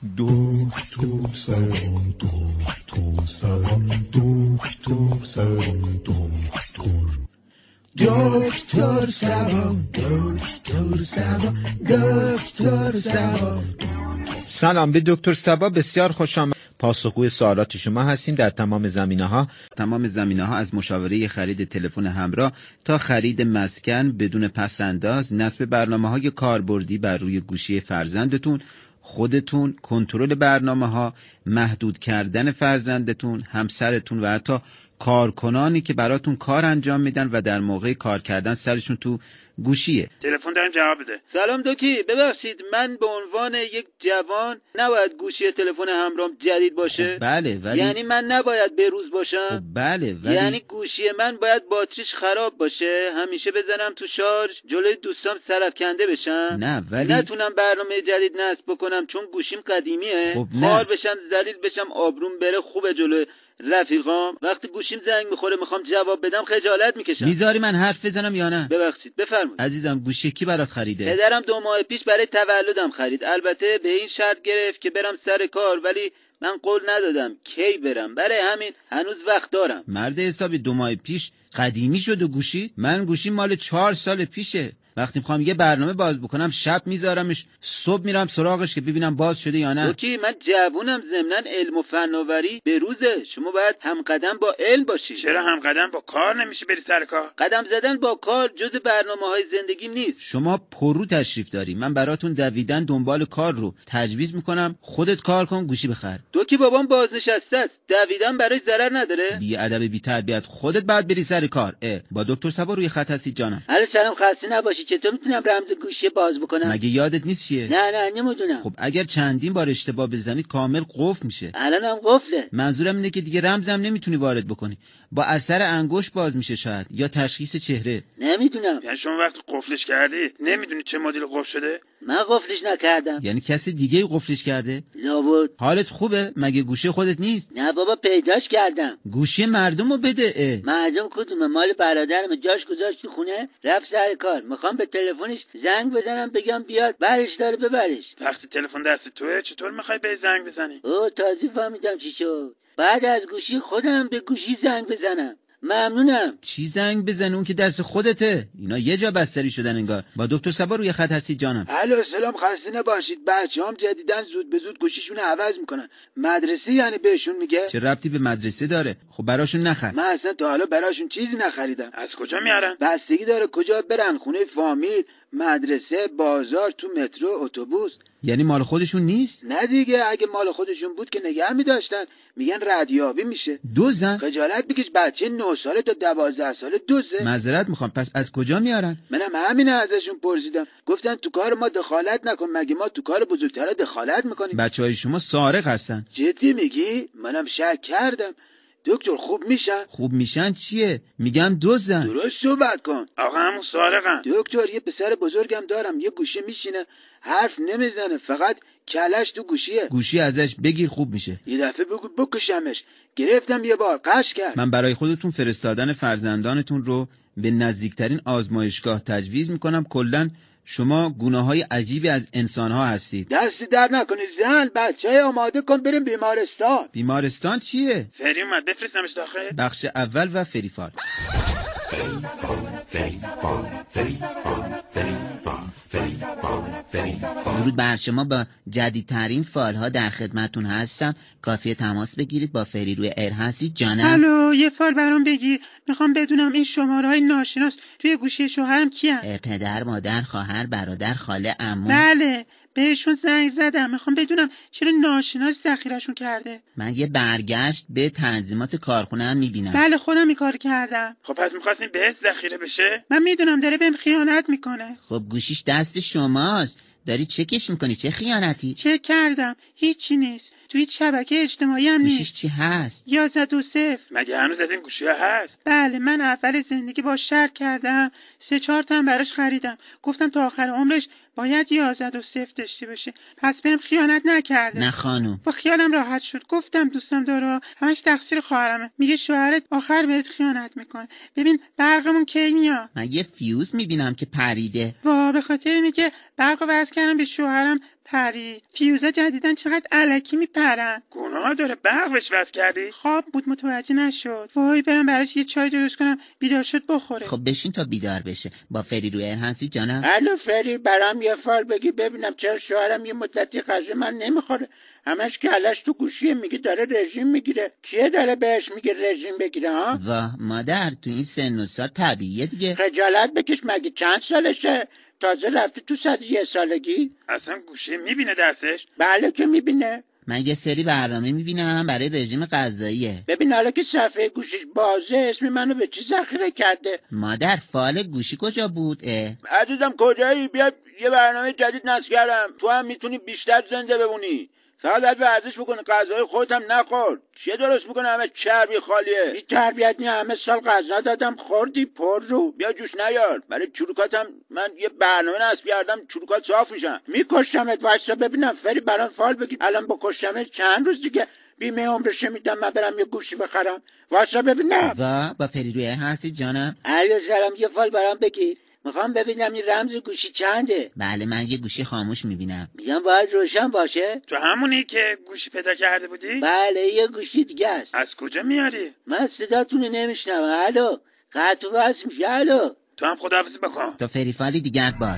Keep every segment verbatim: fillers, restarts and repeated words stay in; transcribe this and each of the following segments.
دکتر سلام دکتر سلام دکتر سلام دکتر دکتر سلام دکتر سلام دکتر سلام. سلام، به دکتر صبا بسیار خوش آمد. پاسخگوی سوالات شما هستیم در تمام زمینه‌ها. تمام زمینه‌ها از مشاوره خرید تلفن همراه تا خرید مسکن بدون پس‌انداز، نصب برنامه‌های کاربردی بر روی گوشی فرزندتون، خودتون، کنترل برنامه‌ها، محدود کردن فرزندتون، همسرتون و حتی کارکنانی که براتون کار انجام میدن و در موقع کار کردن سرشون تو گوشیه. تلفن دارم جواب بده. سلام دکتر، ببخشید من به عنوان یک جوان نباید گوشی تلفن همراهم جدید باشه؟ خب بله، ولی یعنی من نباید بروز باشم؟ خب بله، ولی یعنی گوشی من باید باتریش خراب باشه، همیشه بزنم تو شارژ، جلوی دوستام سرفکنده بشم؟ نه، ولی نتونم برنامه جدید نصب بکنم چون گوشیم قدیمیه؟ خب نه. خار بشم، ذلیل بشم، آبروم بره، خوبه جلوی رفیقام؟ وقتی گوشیم زنگ میخوره میخوام جواب بدم خجالت میکشم. میذاری من حرف بزنم یا نه؟ ببخشید بفرمایید. عزیزم، گوشی کی برات خریده؟ پدرم دو ماه پیش برای تولدم خرید. البته به این شرط گرفت که برم سر کار، ولی من قول ندادم کی برم، برای همین هنوز وقت دارم. مرد حسابی دو ماه پیش قدیمی شد و گوشی؟ من گوشی مال چهار سال پیشه. وقتی میخوام یه برنامه باز بکنم شب میذارمش، صبح میرم سراغش که ببینم باز شده یا نه. اوکی، من جوونم، ضمناً علم و فناوری به روزه. شما باید همقدم با علم باشی. چرا همقدم با کار نمیشه بری سر کار؟ قدم زدن با کار جز برنامه‌های زندگیم نیست. شما پرو تشریف داری، من براتون دویدن دنبال کار رو تجویز میکنم. خودت کار کن، گوشی بخر. تو که بابام بازنشسته است، دویدن برای ضرر نداره. بی ادب بی تربیت، خودت باید بری سر کار. اه. با دکتر صبا روی خط هستی جانم؟ الو سلام، خسته نباشی. چطور میتونم رمز گوشی باز بکنم؟ مگه یادت نیست چیه؟ نه نه نمیدونم. خب اگر چندین بار اشتباه بزنید کامل قفل میشه. الانم قفله. منظورم اینه که دیگه رمزم نمیتونی وارد بکنی. با اثر انگشت باز میشه شاید، یا تشخیص چهره. نمیدونم. یعنی شما وقتی قفلش کردی نمیدونی چه مدل قفل شده؟ من قفلش نکردم. یعنی کسی دیگه قفلش کرده؟ لابد. حالت خوبه؟ مگه گوشی خودت نیست؟ نه بابا، پیداش کردم. گوشی مردمو بده. اه. مردم کدومه؟ مال برادرم، جاش گذاشت تو خونه، رفت سر کار. میخوام به تلفنش زنگ بزنم بگم بیاد برش داره ببرش. وقتی تلفن دست توئه چطور میخوای به زنگ بزنی؟ اوه تازه فهمیدم چی شد. بعد از گوشی خودم به گوشی زنگ بزنم. ممنونم. چی زنگ بزن؟ اون که دست خودته. اینا یه جا بستری شدن انگار. با دکتر صبا روی خط هستی جانم؟ الو سلام، خسته نباشید. بچه‌هام جدیدن زود به زود گوشیشون عوض میکنن. مدرسه یعنی بهشون میگه؟ چه ربطی به مدرسه داره؟ خب براشون نخر. من اصلا تا حالا براشون چیزی نخریدم. از کجا میارن؟ بستگی داره کجا برن، خونه فامیل، مدرسه، بازار، تو مترو، اتوبوس. یعنی مال خودشون نیست؟ نه دیگه، اگه مال خودشون بود که نگه می‌داشتن. میگن ردیابی میشه. دوزن؟ خجالت بکش، بچه نه ساله تا دوازده ساله دوزه. معذرت میخوام، پس از کجا میارن؟ منم همین ازشون پرسیدم، گفتن تو کار ما دخالت نکن. مگه ما تو کار بزرگترا دخالت میکنیم؟ بچهای شما سارق هستن. جدی میگی؟ منم شک کردم. دکتر خوب میشن؟ خوب میشن چیه؟ میگم دوزن. درست صحبت کن. آقا همون سارقن. دکتر یه پسر بزرگم دارم، یه گوشه میشینه حرف نمیزنه، فقط کلش تو گوشیه. گوشی ازش بگیر خوب میشه. یه دفعه بگو بکشمش. گرفتم یه بار قش کرد. من برای خودتون فرستادن فرزندانتون رو به نزدیکترین آزمایشگاه تجویز میکنم. کلن شما گونه‌های عجیبی از انسان‌ها هستید. دستی در نکنی زن، بچه‌ی آماده کن بریم بیمارستان. بیمارستان چیه؟ فری اومد، بفرستمش داخل. بخش اول و فریفال. درود بر شما، با جدیدترین فالها در خدمتون هستم. کافیه تماس بگیرید. با فری روی ایر هستید جانم؟ الو، یه فال برام بگیر. میخوام بدونم این شماره‌های ناشناس توی گوشی شوهرم کیه؟ پدر، مادر، خواهر، برادر، خاله، عمو. بله، بهشون زنگ زدم. میخوام بدونم چرا ناشناس ذخیره‌شون کرده. من یه برگشت به تنظیمات کارخونه هم میبینم. بله خودم این کار کردم. خب پس میخواستین بهش ذخیره بشه؟ من میدونم داره بهم خیانت میکنه. خب گوشیش دست شماست، داری چکش میکنی. چه خیانتی؟ چک کردم، هیچی نیست. تو هیچ شبکه اجتماعی هم نیست. گوشیش چی هست؟ یازده و صفر. مگه هنوز از این گوشی‌ها هست؟ بله، من اول زندگی با شرط کردم، سه چهار تا هم براش خریدم. گفتم تا آخر عمرش باید یازده و صفر داشته باشه. پس بهم خیانت نکرده. نه خانوم. با خیالم راحت شد. گفتم دوستم داره، همش تقصیر خواهرمه. میگه شوهرت آخر بهت خیانت میکنه. ببین برقمون کی میاد؟ من یه فیوز میبینم که پریده. وا، به خاطر اینه که برقو وصل کردم به شوهرم پرید. فیوزا جدیدن چقدر الکی میپرن. گناه داره برق بهش وصل کردی؟ خواب بود متوجه نشد. وای برم براش یه چای درست کنم بیدار شد بخوره. خب بشین تا بیدار بشه. با فری روی ایر هستی جانم؟ الو فری، برام یه فال بگی ببینم چرا شوهرم یه مدتی غذا من نمیخوره. همش کلش تو گوشیه، میگه داره رژیم میگیره. کیه داره بهش میگه رژیم بگیره ها؟ واه مادر، تو این سن و سال طبیعیه دیگه. خجالت بکش، مگه چند سالشه؟ تازه رفته تو صد یه سالگی. اصلا گوشی میبینه دستش؟ بله که میبینه. من یه سری برنامه میبینم برای رژیم غذاییه. ببین حالا که صفحه گوشیش بازه اسم منو به چی ذخیره کرده؟ مادر فال گوشی کجا بود؟ اه عزیزم کجایی؟ بیا یه برنامه جدید نصب کردم، تو هم میتونی بیشتر زنده بمونی. فقط باید ورزش بکنی، غذای خودت هم نخور. چیه درست میکنه همه چربی خالیه؟ بی تربیت نی، همه سال غذا دادم خوردی پر رو. بیا جوش نیار، برای چروکاتم من یه برنامه نصب کردم، چروکات صاف میشن. میکشمت. وایسا ببینم فری برام فال بگی. الان بکشمت چند روز دیگه بیمه عمرشه میدم من برم یه گوشی بخرم. وایسا ببینم. و با فری روی هستی جانم؟ علی سلام، یه فال برام بگی. میخوام ببینم این رمز گوشی چنده. بله من یه گوشی خاموش میبینم. میگم باید روشن باشه. تو همونی که گوشی پیدا کرده بودی؟ بله یه گوشی دیگه است. از کجا میاری؟ من صداتونو نمیشنم. الو قطع و وصل میشه. الو تو هم خداحافظی بکن. تا فری فالی دیگر بای.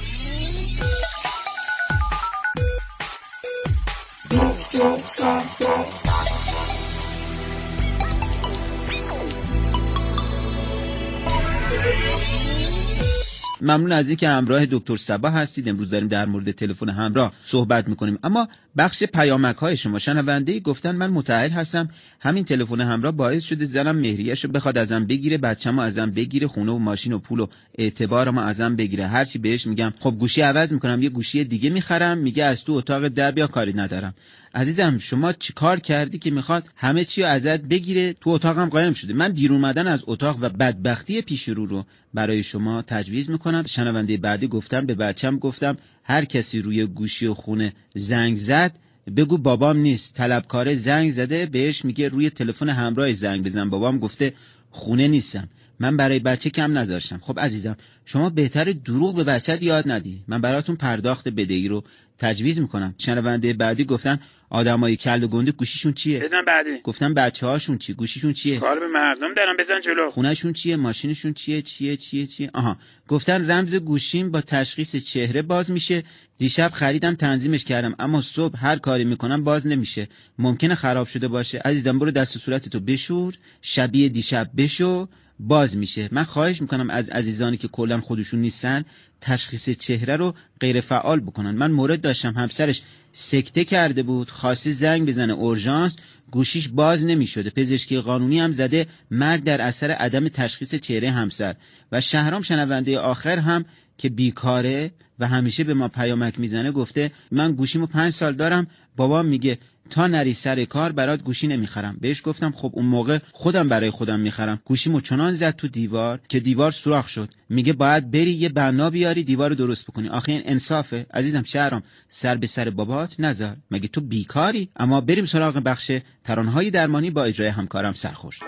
ممنون از اینکه همراه دکتر صبا هستید. امروز داریم در مورد تلفن همراه صحبت میکنیم، اما بخش پیامک های شما شنونده گفتن من متأهل هستم، همین تلفن همراه باعث شده زنم مهریه‌شو بخواد ازم بگیره، بچه‌مو ازم بگیره، خونه و ماشین و پول و اعتبارمو ازم بگیره. هرچی بهش میگم خب گوشی عوض میکنم، یه گوشی دیگه میخرم، میگه از تو اتاق در بیا، کاری ندارم. عزیزم شما چیکار کردی که میخواد همه چی رو ازت بگیره؟ تو اتاقم قایم شده. من بیرون اومدن از اتاق و بدبختی پیش رو رو برای شما تجویز میکنم. شنونده بعدی گفتم به بچم گفتم هر کسی روی گوشی و خونه زنگ زد بگو بابام نیست، طلبکار زنگ زده، بهش میگه روی تلفن همراه زنگ بزن، بابام گفته خونه نیستم. من برای بچه کم نذاشتم. خب عزیزم شما بهتر دروغ به بچت یاد ندی. من براتون پرداخت بدهی رو تجویز میکنم. شنونده بعدی گفتن آدمای کل و گنده گوشیشون چیه؟ بزن بعدی. گفتم بچه‌هاشون چی؟ گوشیشون چیه؟ کار به مردم دارن، بزن جلو. خونه‌شون چیه؟ ماشینشون چیه؟ چیه چیه چیه؟ آها گفتن رمز گوشیم با تشخیص چهره باز میشه. دیشب خریدم تنظیمش کردم اما صبح هر کاری میکنم باز نمیشه. ممکنه خراب شده باشه. عزیزم برو دست و صورتتو بشور، شبیه دیشب بشو، باز میشه. من خواهش میکنم از عزیزانی که کلا خودشون نیستن تشخیص چهره رو غیر فعال بکنن. من مورد داشتم همسرش سکته کرده بود، خواسته زنگ بزنه اورژانس، گوشیش باز نمیشده. پزشکی قانونی هم زده مرگ در اثر عدم تشخیص چهره همسر. و شهرام شنونده آخر هم که بیکاره و همیشه به ما پیامک میزنه گفته من گوشیمو پنج سال دارم، بابام میگه تا نری سر کار برات گوشی نمیخرم. بهش گفتم خب اون موقع خودم برای خودم میخرم. گوشیمو چنان زد تو دیوار که دیوار سوراخ شد. میگه باید بری یه بنا بیاری دیوارو درست بکنی. آخه این انصافه؟ عزیزم شهرام سر به سر بابات نذار، مگه تو بیکاری؟ اما بریم سراغ بخش ترانه‌های درمانی با اجرای همکارم سرخوش.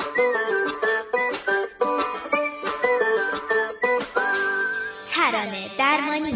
ترانه درمانی.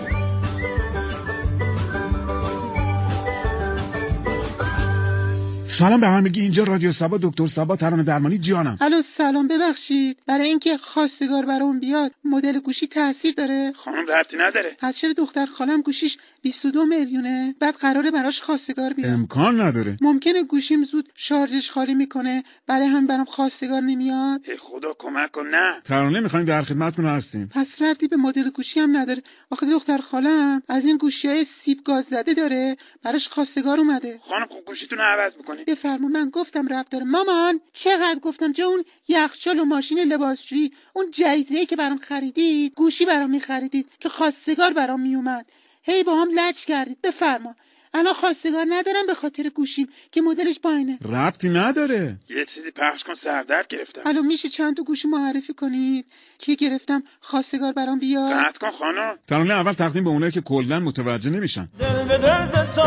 سلام به همگی، اینجا رادیو صبا، دکتر صبا، ترانه درمانی جانم. الو سلام، ببخشید برای اینکه خواستگار برام بیاد مدل گوشی تاثیر داره؟ خانم ربطی نداره. پس چرا دختر خالم گوشیش بیست و دو میلیونه بعد قراره براش خواستگار بیاد؟ امکان نداره. ممکنه گوشیم زود شارژش خالی میکنه برای همین برام خواستگار نمیاد. ای خدا کمک کن. نه ترانه میخوایم در خدمتتون هستیم. پس ربطی به مدل گوشی هم نداره. آخه دختر خالم از این گوشیای سیب گاز زده داره، براش خواستگار اومده. خانم خوب گوشیتون عوض بکنید. بفرما، من گفتم ربط داره. مامان چقدر گفتم جا اون یخچال و ماشین لباسشویی اون جایزه‌ای که برام خریدید گوشی برام می‌خریدید که خواستگار برام میومد، هی با هم لج کردید. بفرما الان خواستگار ندارم به خاطر گوشیم که مدلش پایینه. ربطی نداره. یه چیزی پخش کن، سردرد گرفتم. الان میشه چند تا گوشی معرفی کنید که گرفتم خواستگار برام بیاد؟ قطع کن خانم. ترانه اول تقدیم به اونایی که کلا متوجه نمیشن. دل به دل ز تو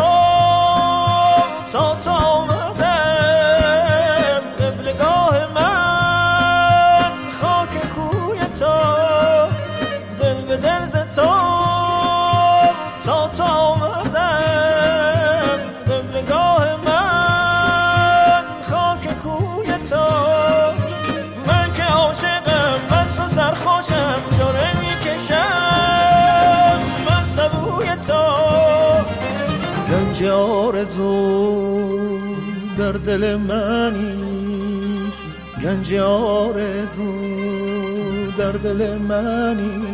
تا تا آمدم قبلگاه من خاک کوی تو. دل به دل ز تو تا تا آمدم آرزو در دل منی، گنج آرزو در دل منی،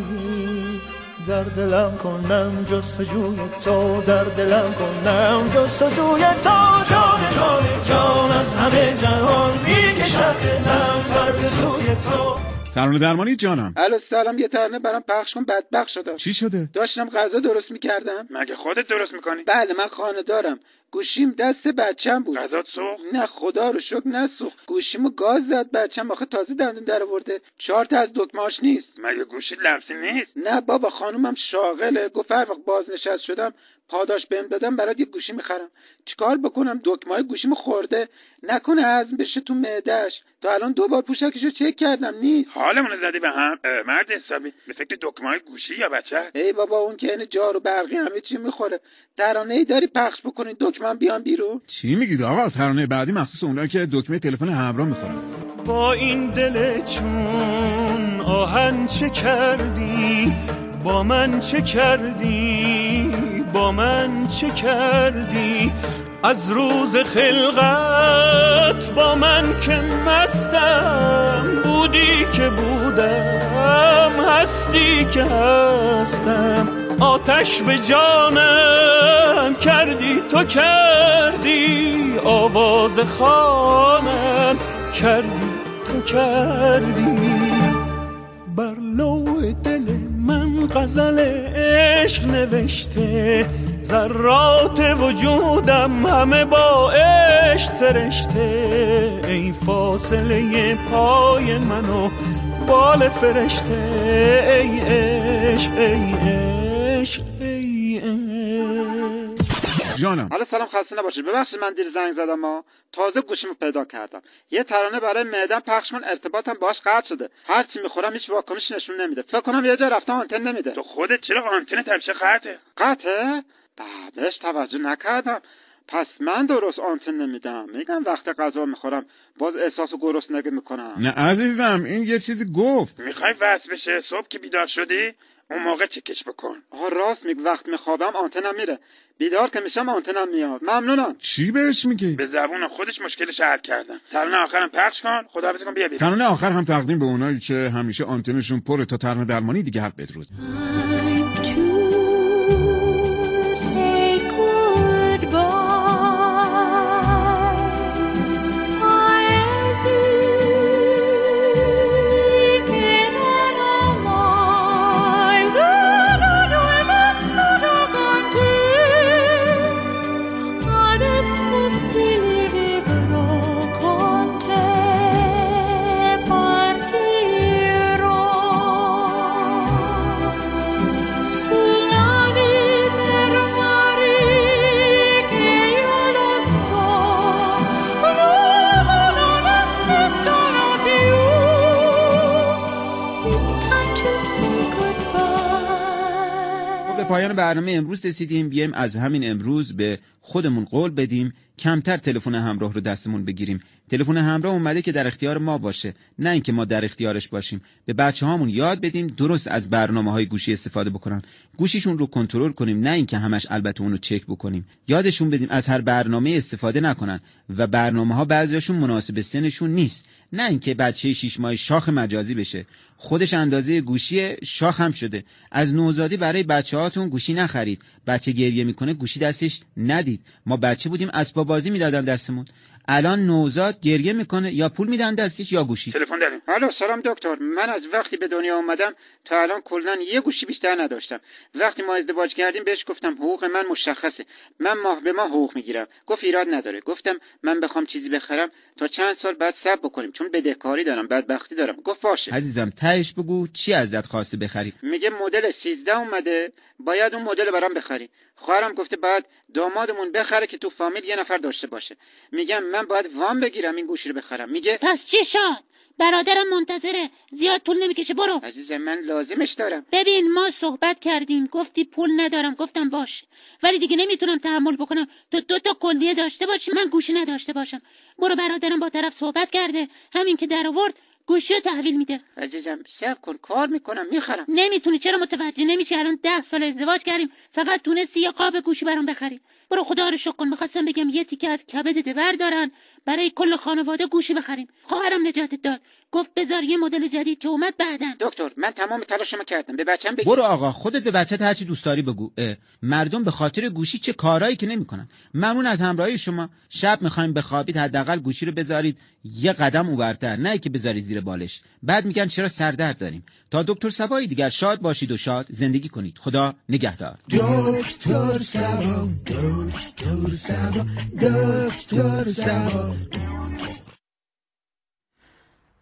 در دلم کنم جستجوی تو، در دلم کنم جستجوی تو، جان جان جان از همه جهان میکشد دلم پر سوی تو. ترانه درمانی جانم. الو سلام، یه ترانه برام پخش کن، بدبخت شدم. چی شده؟ داشتم غذا درست میکردم. مگه خودت درست میکنی؟ بله من خانه دارم. گوشیم دست بچم بود. غذات سوخت؟ نه خدا رو شکر نسوخت. گوشیمو گاز زد بچم، آخه تازه دندون در آورده. چهار تا از دکمه‌اش نیست. مگه گوشی لمسی نیست؟ نه بابا، خانومم شاغله، گفت هر وقت بازنشست شدم پاداش بهم دادم برات یه گوشی میخرم. چیکار بکنم؟ دکمه‌های گوشیمو خورده، نکنه هضم بشه تو معده‌اش. تا الان دو بار پوشکشو چک کردم نیست. حالمون زدی به هم مرد حسابی. به فکر دکمه‌های گوشی یا بچه؟ ای بابا اون که این جارو برقی همه چی میخوره. ترانه‌ای داری پخش بکنین دکمه‌ام بیان بیرون؟ چی میگید آقا؟ ترانه بعدی مخصوص اونایی که دکمه تلفن همراه میخورن. با این دل چون آهن چه کردی، با من چه کردی، با من چه کردی، از روز خلقت با من که مستم، بودی که بودم، هستی که هستم، آتش به جانم کردی تو کردی، آواز خانم کردی تو کردی، بر لوح دل من غزل عشق نوشته، ذرات وجودم همه با عشق سرشته، ای فاصله پای منو بال فرشته، ای عشق ای عشق ای عشق. جانم. حالا سلام، خسته نباشید. ببخشید من دیر زنگ زدم، ما تازه گوشیمو پیدا کردم. یه ترانه برای معدم پخش کن، ارتباطم باهاش قطع شده. هر چی میخورم هیچ واکنش نشون نمیده. فکر کنم یه جا رفتم آنتن نمیده. تو خودت چرا آنتنت همیشه قطعه؟ قطعه؟ بهش توجه نکردم. پس من درست آنتن نمیدم. میگم وقت غذا میخورم باز احساس گرسنگی میکنم. نه عزیزم، این یه چیزی گفت. میخوای وصل بشه صبح که بیدار شدی اون موقع چکش بکن. آها راست میگی، وقت میخوابم آنتنم میره، بیدار که میشم آنتنم میاد. ممنونم. چی بهش میگی؟ به زبون خودش مشکلش حل کردم. ترانه آخرم پخش کن، خداحافظ کن، بیا بیرون. ترانه آخر هم تقدیم به اونایی که همیشه آنتنشون پره تا ترانه درمانی دیگه حق بدرود. پایان برنامه امروز رسیدیم. بیایم از همین امروز به خودمون قول بدیم کمتر تلفن همراه رو دستمون بگیریم. تلفن همراه اومده که در اختیار ما باشه، نه اینکه ما در اختیارش باشیم. به بچه‌هامون یاد بدیم درست از برنامه‌های گوشی استفاده بکنن، گوشیشون رو کنترل کنیم، نه اینکه همش البته اون رو چک بکنیم. یادشون بدیم از هر برنامه استفاده نکنن و برنامه‌ها بعضیاشون مناسب سنشون نیست، نه اینکه بچه شش ماه شاخ مجازی بشه، خودش اندازه گوشی شاخ هم شده. از نوزادی برای بچه‌هاتون گوشی نخرید. بچه گریه میکنه گوشی دستش ندید. ما بچه بودیم اسباب بازی میدادن دستمون. الان نوزاد گریه میکنه یا پول میدن دستش یا گوشی. تلفن داریم. الو سلام دکتر، من از وقتی به دنیا اومدم تا الان کلاً یه گوشی بیشتر نداشتم. وقتی ما ازدواج کردیم بهش گفتم حقوق من مشخصه، من ماه به ماه حقوق میگیرم. گفت ایراد نداره. گفتم من بخوام چیزی بخرم تا چند سال بعد صبر بکنیم چون بدهکاری دارم، بدبختی دارم. گفت باشه. عزیزم تهش بگو چی ازت خواسته بخری؟ میگه مدل سیزده اومده، باید اون مدل برام بخری. خواهرم گفته بعد دامادمون بخره که تو فامیل یه نفر داشته باشه. میگم من باید وام بگیرم این گوشی رو بخرم. میگه پس چی شد؟ برادرم منتظره، زیاد طول نمیکشه، برو. عزیزم من لازمش دارم. ببین ما صحبت کردیم، گفتی پول ندارم، گفتم باش، ولی دیگه نمیتونم تحمل بکنم تو دو تا کلیه داشته باشی من گوشی نداشته باشم. برو، برادرم با طرف صحبت کرده، همین که در آورد گوشی رو تحویل میده. عزیزم صبر کن، کار میکنم میخرم. نمیتونی، چرا متوجه نمیشی؟ الان ده سال ازدواج کردیم، فقط تونستی یه قاب گوشی برام بخری. برو خدا رو شکر کن. میخواستم بگم یه تیکه از کبد دور دارن برای کل خانواده گوشی بخریم. خواهرم نجاتت داد، گفت بذار یه مدل جدید که اومد بعدن. دکتر من تمام تلاشمو کردم، به بچه‌م بگی. برو آقا، خودت به بچت هر چی دوست داری بگو. مردم به خاطر گوشی چه کارایی که نمیکنن. ممنون از همراهی شما. شب میخوایم بخوابید حداقل گوشی رو بذارید یه قدم اونورتر، نه که بذاری زیر بالش. بعد میگن چرا سردرد داریم. تا دکتر صبایی دیگر، شاد باشید و شاد زندگی کنید. خدا نگهدار. دکتر صبا، دکتر صبا، دکتر صبا.